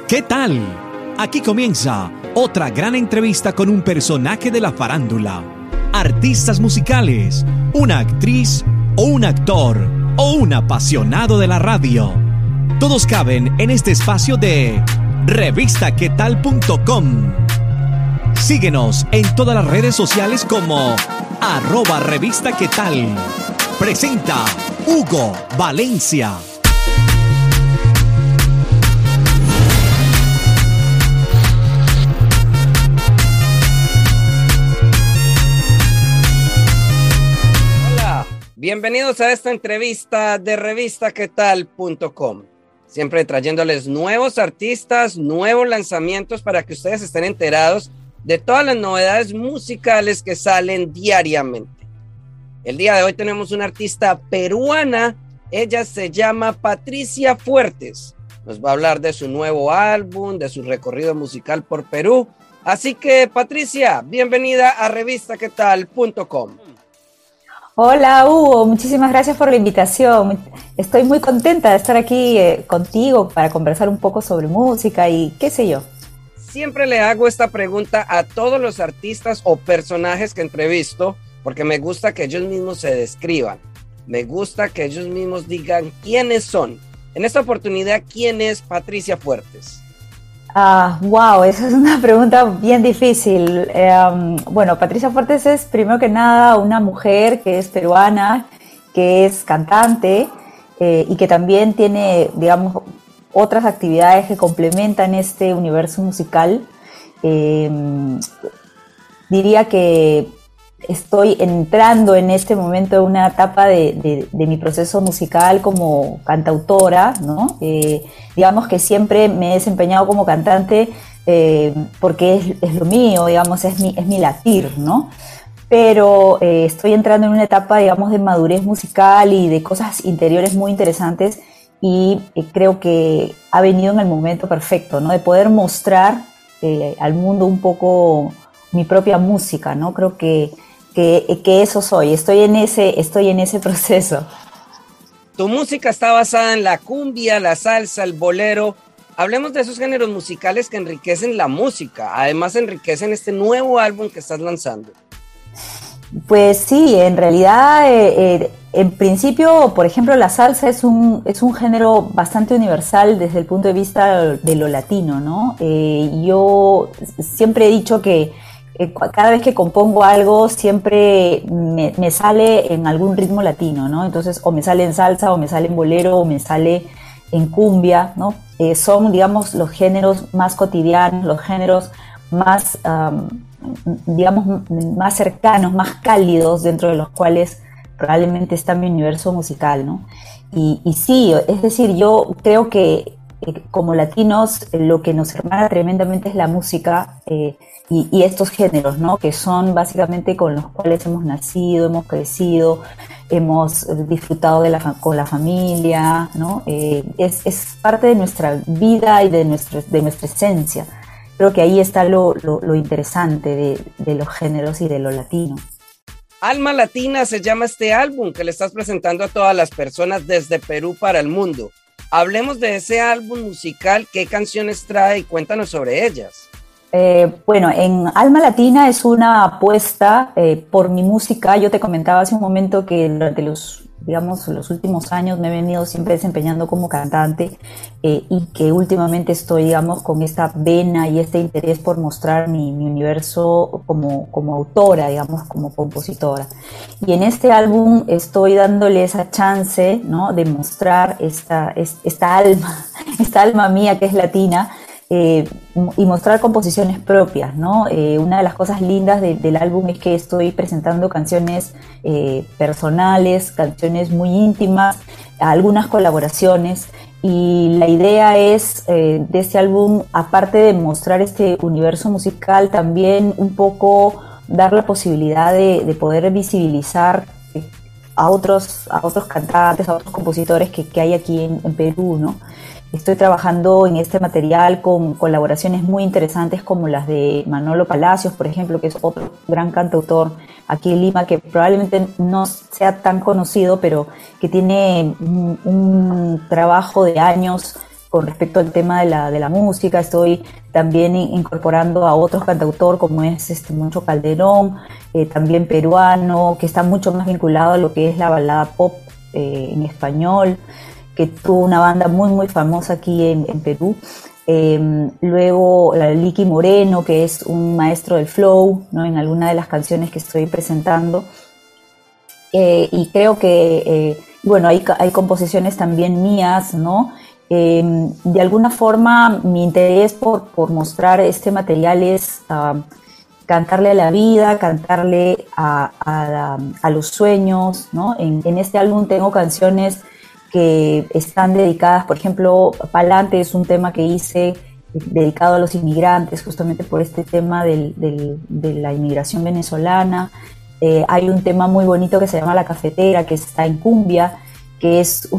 ¿Qué tal? Aquí comienza otra gran entrevista con un personaje de la farándula, artistas musicales, una actriz o un actor o un apasionado de la radio. Todos caben en este espacio de revistaquetal.com. Síguenos en todas las redes sociales como @revistaquetal. Presenta Hugo Valencia. Bienvenidos a esta entrevista de revistaquetal.com. Siempre trayéndoles nuevos artistas, nuevos lanzamientos para que ustedes estén enterados de todas las novedades musicales que salen diariamente. El día de hoy tenemos una artista peruana. Ella se llama Patricia Fuertes. Nos va a hablar de su nuevo álbum, de su recorrido musical por Perú. Así que, Patricia, bienvenida a revistaquetal.com. Hola Hugo, muchísimas gracias por la invitación. Estoy muy contenta de estar aquí contigo para conversar un poco sobre música y qué sé yo. Siempre le hago esta pregunta a todos los artistas o personajes que entrevisto porque me gusta que ellos mismos se describan. Me gusta que ellos mismos digan quiénes son. En esta oportunidad, ¿quién es Patricia Fuertes? Wow, esa es una pregunta bien difícil. Bueno, Patricia Fuertes es primero que nada una mujer que es peruana, que es cantante y que también tiene, digamos, otras actividades que complementan este universo musical. Diría que estoy entrando en este momento en una etapa de mi proceso musical como cantautora, ¿no? Digamos que siempre me he desempeñado como cantante porque es lo mío, digamos, es mi latir, ¿no? Pero estoy entrando en una etapa, digamos, de madurez musical y de cosas interiores muy interesantes y creo que ha venido en el momento perfecto, ¿no? De poder mostrar al mundo un poco mi propia música, ¿no? Creo que eso soy, estoy en ese proceso. Tu música está basada en la cumbia, la salsa, el bolero. Hablemos de esos géneros musicales que enriquecen la música, además enriquecen este nuevo álbum que estás lanzando. Pues sí, en realidad, en principio, por ejemplo, la salsa es un género bastante universal desde el punto de vista de lo latino, ¿no? Yo siempre he dicho que cada vez que compongo algo siempre me sale en algún ritmo latino, ¿no? Entonces o me sale en salsa, o me sale en bolero, o me sale en cumbia, ¿no? Son, digamos, los géneros más cotidianos, los géneros más, digamos, más cercanos, más cálidos, dentro de los cuales probablemente está mi universo musical, ¿no? Y sí, es decir, yo creo que como latinos lo que nos hermana tremendamente es la música, y estos géneros, ¿no? Que son básicamente con los cuales hemos nacido, hemos crecido, hemos disfrutado con la familia, ¿no? Es parte de nuestra vida y de nuestra esencia. Creo que ahí está lo interesante de los géneros y de lo latino. Alma Latina se llama este álbum que le estás presentando a todas las personas desde Perú para el mundo. Hablemos de ese álbum musical, qué canciones trae y cuéntanos sobre ellas. Bueno, en Alma Latina es una apuesta por mi música. Yo te comentaba hace un momento que durante los últimos años me he venido siempre desempeñando como cantante y que últimamente estoy, digamos, con esta vena y este interés por mostrar mi universo como autora, digamos, como compositora. Y en este álbum estoy dándole esa chance, ¿no? De mostrar esta alma mía que es latina, y mostrar composiciones propias, ¿no? Una de las cosas lindas del álbum es que estoy presentando canciones personales, canciones muy íntimas, algunas colaboraciones, y la idea es de este álbum, aparte de mostrar este universo musical, también un poco dar la posibilidad de poder visibilizar a otros cantantes, a otros compositores que hay aquí en Perú, ¿no? Estoy trabajando en este material con colaboraciones muy interesantes como las de Manolo Palacios, por ejemplo, que es otro gran cantautor aquí en Lima, que probablemente no sea tan conocido, pero que tiene un trabajo de años con respecto al tema de la música. Estoy también incorporando a otros cantautores como es Moncho Calderón, también peruano, que está mucho más vinculado a lo que es la balada pop en español, que tuvo una banda muy muy famosa aquí en Perú. Luego la Licky Moreno, que es un maestro del flow, ¿no? En alguna de las canciones que estoy presentando. Y creo que, bueno, hay composiciones también mías, ¿no? De alguna forma mi interés por mostrar este material es cantarle a la vida, cantarle a los sueños, ¿no? En este álbum tengo canciones que están dedicadas, por ejemplo, Pa'lante es un tema que hice dedicado a los inmigrantes, justamente por este tema de la inmigración venezolana. Hay un tema muy bonito que se llama La Cafetera, que está en cumbia, que es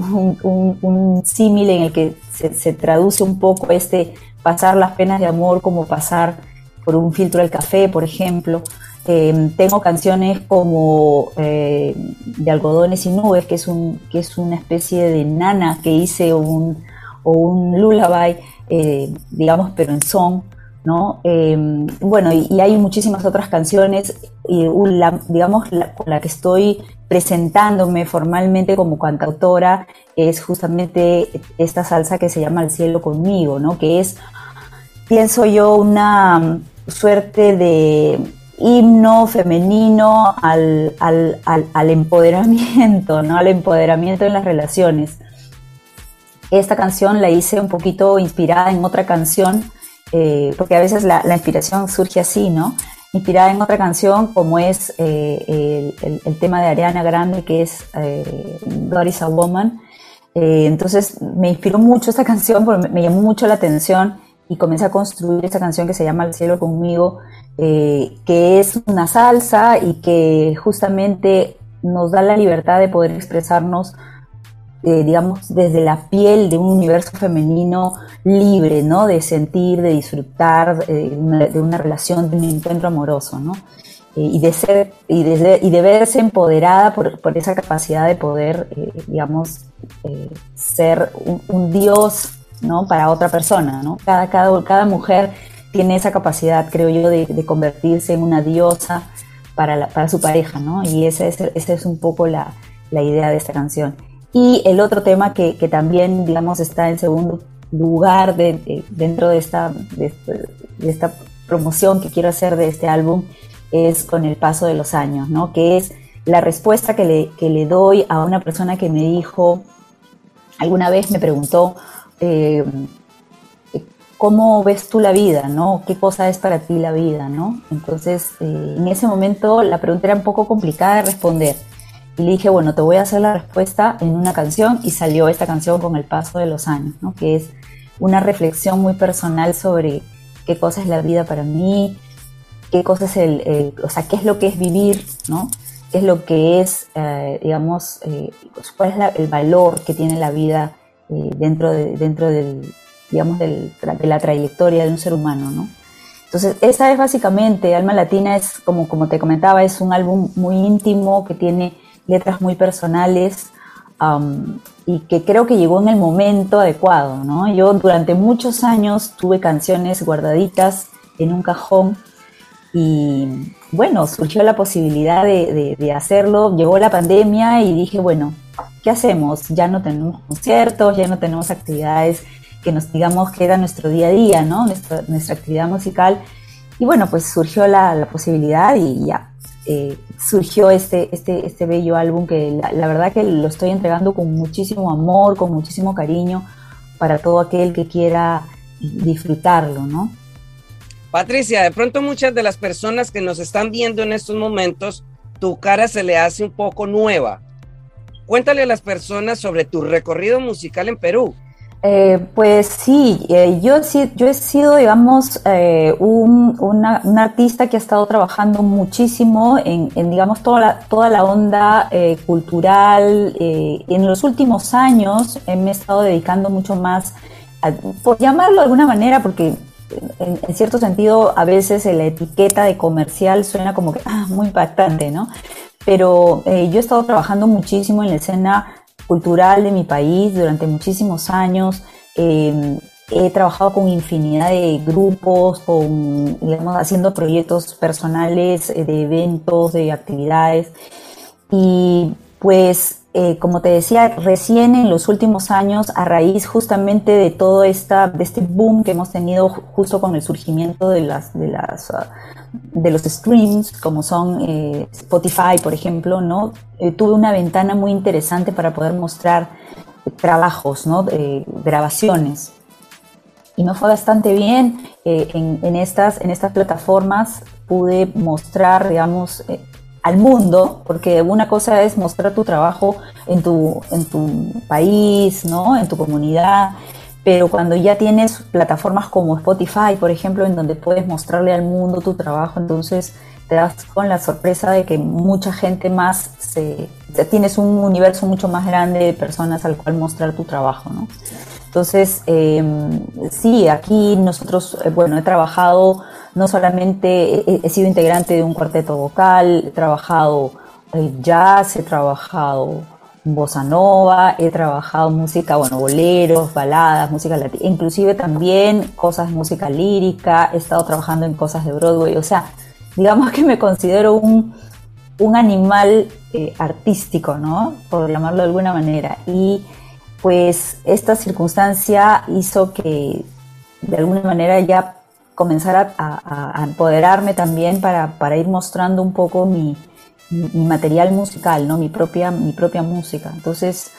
un símil en el que se traduce un poco pasar las penas de amor como pasar por un filtro del café, por ejemplo. Tengo canciones como de Algodones y Nubes, que es una especie de nana que hice, o un lullaby, digamos, pero en son, ¿no? Bueno, y hay muchísimas otras canciones, y con la que estoy presentándome formalmente como cantautora es justamente esta salsa que se llama Al cielo conmigo, ¿no? Que es, pienso yo, una suerte de himno femenino al empoderamiento, ¿no? Al empoderamiento en las relaciones. Esta canción la hice un poquito inspirada en otra canción, porque a veces la inspiración surge así, ¿no? Inspirada en otra canción como es el tema de Ariana Grande, que es God is a Woman. Entonces me inspiró mucho esta canción, porque me llamó mucho la atención, y comencé a construir esta canción que se llama Al cielo conmigo, que es una salsa y que justamente nos da la libertad de poder expresarnos, digamos, desde la piel de un universo femenino libre, ¿no? De sentir, de disfrutar de una relación, de un encuentro amoroso, ¿no? Y de verse empoderada por esa capacidad de poder, digamos, ser un dios, ¿no? Para otra persona, ¿no? Cada mujer tiene esa capacidad, creo yo, de convertirse en una diosa para su pareja, ¿no? Y esa es un poco la idea de esta canción. Y el otro tema que también, digamos, está en segundo lugar dentro de esta promoción que quiero hacer de este álbum es Con el paso de los años, ¿no? Que es la respuesta que le doy a una persona que me dijo, alguna vez me preguntó, ¿cómo ves tú la vida, no? ¿Qué cosa es para ti la vida, no? Entonces, en ese momento la pregunta era un poco complicada de responder. Y le dije, bueno, te voy a hacer la respuesta en una canción, y salió esta canción Con el paso de los años, ¿no? Que es una reflexión muy personal sobre qué cosa es la vida para mí, qué cosa es o sea, qué es lo que es vivir, ¿no? Qué es lo que es, digamos, cuál es el valor que tiene la vida dentro del, digamos, de la trayectoria de un ser humano, ¿no? Entonces, esa es básicamente, Alma Latina es, como te comentaba, es un álbum muy íntimo que tiene letras muy personales, y que creo que llegó en el momento adecuado, ¿no? Yo durante muchos años tuve canciones guardaditas en un cajón, y bueno, surgió la posibilidad de hacerlo. Llegó la pandemia y dije, bueno, ¿qué hacemos? Ya no tenemos conciertos, ya no tenemos actividades que nos, digamos, que era nuestro día a día, ¿no? Nuestra actividad musical. Y bueno, pues surgió la posibilidad, y ya surgió este bello álbum que la verdad que lo estoy entregando con muchísimo amor, con muchísimo cariño para todo aquel que quiera disfrutarlo, ¿no? Patricia, de pronto muchas de las personas que nos están viendo en estos momentos, tu cara se le hace un poco nueva. Cuéntale a las personas sobre tu recorrido musical en Perú. Pues sí, yo he sido, digamos, una artista que ha estado trabajando muchísimo en digamos, toda la onda cultural. En los últimos años me he estado dedicando mucho más, por llamarlo de alguna manera, porque en cierto sentido a veces la etiqueta de comercial suena como que muy impactante, ¿no? Pero yo he estado trabajando muchísimo en la escena cultural de mi país durante muchísimos años. He trabajado con infinidad de grupos, digamos, haciendo proyectos personales, de eventos, de actividades. Y pues, como te decía, recién en los últimos años, a raíz justamente de todo de este boom que hemos tenido justo con el surgimiento de los streams, como son Spotify, por ejemplo, ¿no? Tuve una ventana muy interesante para poder mostrar trabajos, ¿no? Grabaciones. Y me fue bastante bien. En estas plataformas pude mostrar, digamos, al mundo, porque una cosa es mostrar tu trabajo en tu país, ¿no? En tu comunidad, pero cuando ya tienes plataformas como Spotify, por ejemplo, en donde puedes mostrarle al mundo tu trabajo, entonces te das con la sorpresa de que mucha gente más tienes un universo mucho más grande de personas al cual mostrar tu trabajo, ¿no? Entonces, sí, aquí nosotros, bueno, he trabajado, no solamente he sido integrante de un cuarteto vocal, he trabajado jazz, he trabajado bossa nova, he trabajado música, bueno, boleros, baladas, música latina, inclusive también cosas de música lírica, he estado trabajando en cosas de Broadway, o sea, digamos que me considero un animal artístico, ¿no? Por llamarlo de alguna manera. Y pues esta circunstancia hizo que de alguna manera ya comenzara a empoderarme también para ir mostrando un poco mi material musical, ¿no? Mi propia música. Entonces,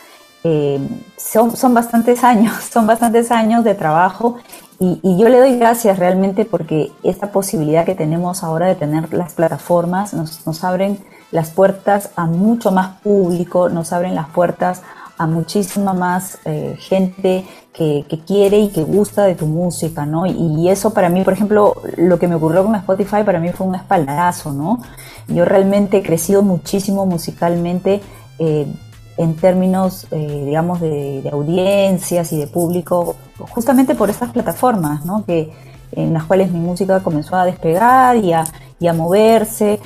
son bastantes años de trabajo y yo le doy gracias realmente porque esta posibilidad que tenemos ahora de tener las plataformas nos abren las puertas a mucho más público, nos abren las puertas a muchísima más gente que quiere y que gusta de tu música, ¿no? Y eso para mí, por ejemplo, lo que me ocurrió con Spotify para mí fue un espaldarazo, ¿no? Yo realmente he crecido muchísimo musicalmente en términos, digamos, de audiencias y de público, justamente por estas plataformas, ¿no? En las cuales mi música comenzó a despegar y a moverse.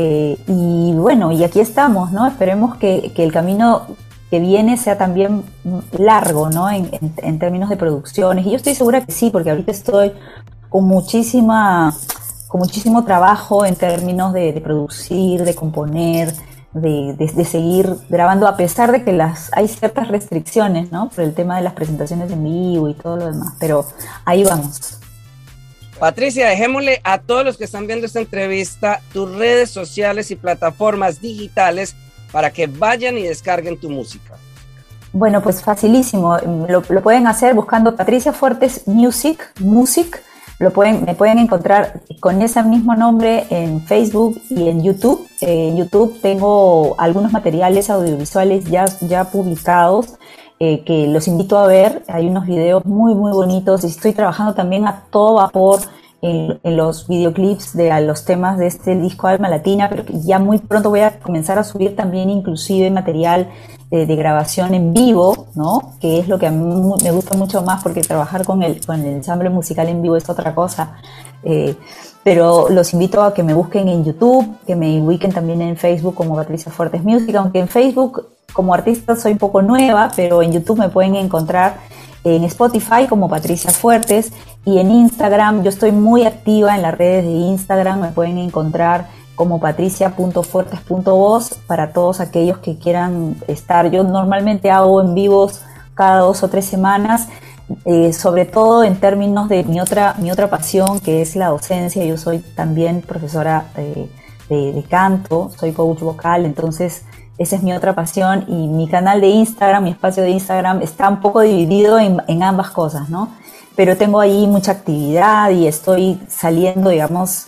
Y bueno, y aquí estamos, ¿no? Esperemos que el camino que viene sea también largo, ¿no? En términos de producciones. Y yo estoy segura que sí, porque ahorita estoy con muchísimo trabajo en términos de producir, de componer, de seguir grabando, a pesar de que hay ciertas restricciones, ¿no? Por el tema de las presentaciones en vivo y todo lo demás. Pero ahí vamos. Patricia, dejémosle a todos los que están viendo esta entrevista tus redes sociales y plataformas digitales para que vayan y descarguen tu música. Bueno, pues facilísimo. Lo pueden hacer buscando Patricia Fuertes Music. Me pueden encontrar con ese mismo nombre en Facebook y en YouTube. En YouTube tengo algunos materiales audiovisuales ya publicados que los invito a ver. Hay unos videos muy, muy bonitos y estoy trabajando también a todo vapor en los videoclips de los temas de este disco Alma Latina, pero que ya muy pronto voy a comenzar a subir también inclusive material de grabación en vivo, ¿no? Que es lo que a mí me gusta mucho más porque trabajar con el ensamble musical en vivo es otra cosa. Pero los invito a que me busquen en YouTube, que me ubiquen también en Facebook como Patricia Fuertes Music, aunque en Facebook como artista soy un poco nueva, pero en YouTube me pueden encontrar en Spotify como Patricia Fuertes y en Instagram, yo estoy muy activa en las redes de Instagram, me pueden encontrar como patricia.fuertes.voz para todos aquellos que quieran estar. Yo normalmente hago en vivos cada 2 o 3 semanas, sobre todo en términos de mi otra pasión, que es la docencia. Yo soy también profesora de canto, soy coach vocal, entonces esa es mi otra pasión y mi canal de Instagram, mi espacio de Instagram está un poco dividido en ambas cosas, ¿no? Pero tengo ahí mucha actividad y estoy saliendo, digamos,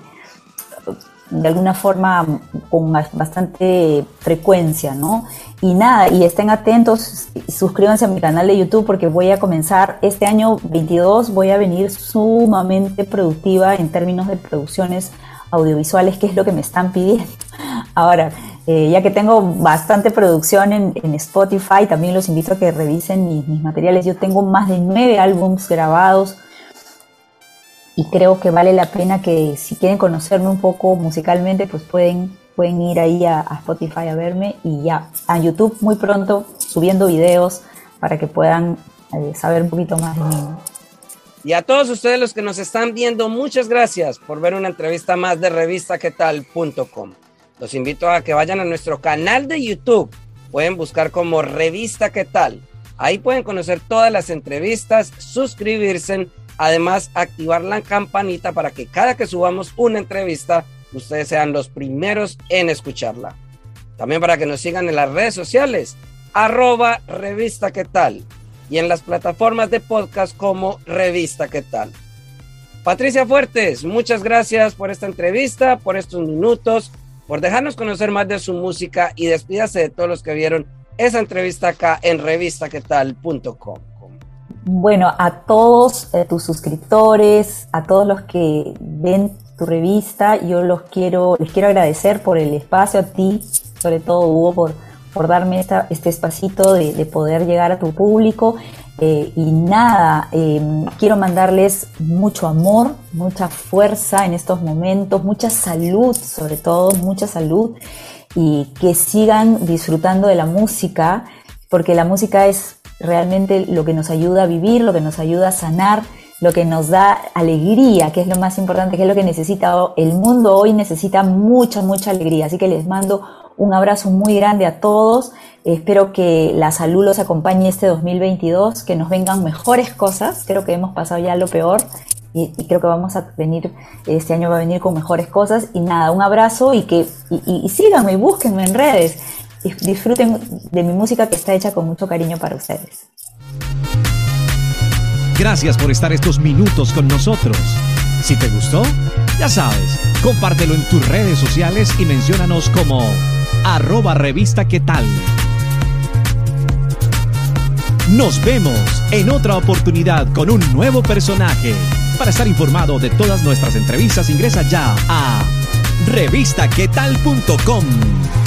de alguna forma con bastante frecuencia, ¿no? Y nada, y estén atentos, suscríbanse a mi canal de YouTube porque voy a comenzar este año 22, voy a venir sumamente productiva en términos de producciones audiovisuales, que es lo que me están pidiendo. Ahora, ya que tengo bastante producción en Spotify, también los invito a que revisen mis materiales. Yo tengo más de 9 álbums grabados y creo que vale la pena que si quieren conocerme un poco musicalmente, pues pueden ir ahí a Spotify a verme y ya a YouTube muy pronto subiendo videos para que puedan saber un poquito más de mí, ¿no? Y a todos ustedes los que nos están viendo, muchas gracias por ver una entrevista más de revistaquetal.com. Los invito a que vayan a nuestro canal de YouTube. Pueden buscar como Revista ¿Qué tal? Ahí pueden conocer todas las entrevistas, suscribirse, además activar la campanita para que cada que subamos una entrevista, ustedes sean los primeros en escucharla. También para que nos sigan en las redes sociales, @Revista ¿Qué tal? Y en las plataformas de podcast como Revista ¿Qué tal? Patricia Fuertes, muchas gracias por esta entrevista, por estos minutos, por dejarnos conocer más de su música y despídase de todos los que vieron esa entrevista acá en revistaquetal.com. Bueno, a todos tus suscriptores, a todos los que ven tu revista, yo les quiero agradecer por el espacio, a ti, sobre todo Hugo, por darme este espacito de poder llegar a tu público. Y nada, quiero mandarles mucho amor, mucha fuerza en estos momentos, mucha salud, sobre todo, mucha salud, y que sigan disfrutando de la música, porque la música es realmente lo que nos ayuda a vivir, lo que nos ayuda a sanar, lo que nos da alegría, que es lo más importante, que es lo que necesita el mundo hoy, necesita mucha, mucha alegría. Así que les mando un abrazo muy grande a todos. Espero que la salud los acompañe este 2022, que nos vengan mejores cosas. Creo que hemos pasado ya lo peor y creo que este año va a venir con mejores cosas. Y nada, un abrazo y síganme y búsquenme en redes. Disfruten de mi música, que está hecha con mucho cariño para ustedes. Gracias por estar estos minutos con nosotros. Si te gustó, ya sabes, compártelo en tus redes sociales y menciónanos como @Revista ¿Qué tal? Nos vemos en otra oportunidad con un nuevo personaje. Para estar informado de todas nuestras entrevistas, ingresa ya a revistaquetal.com.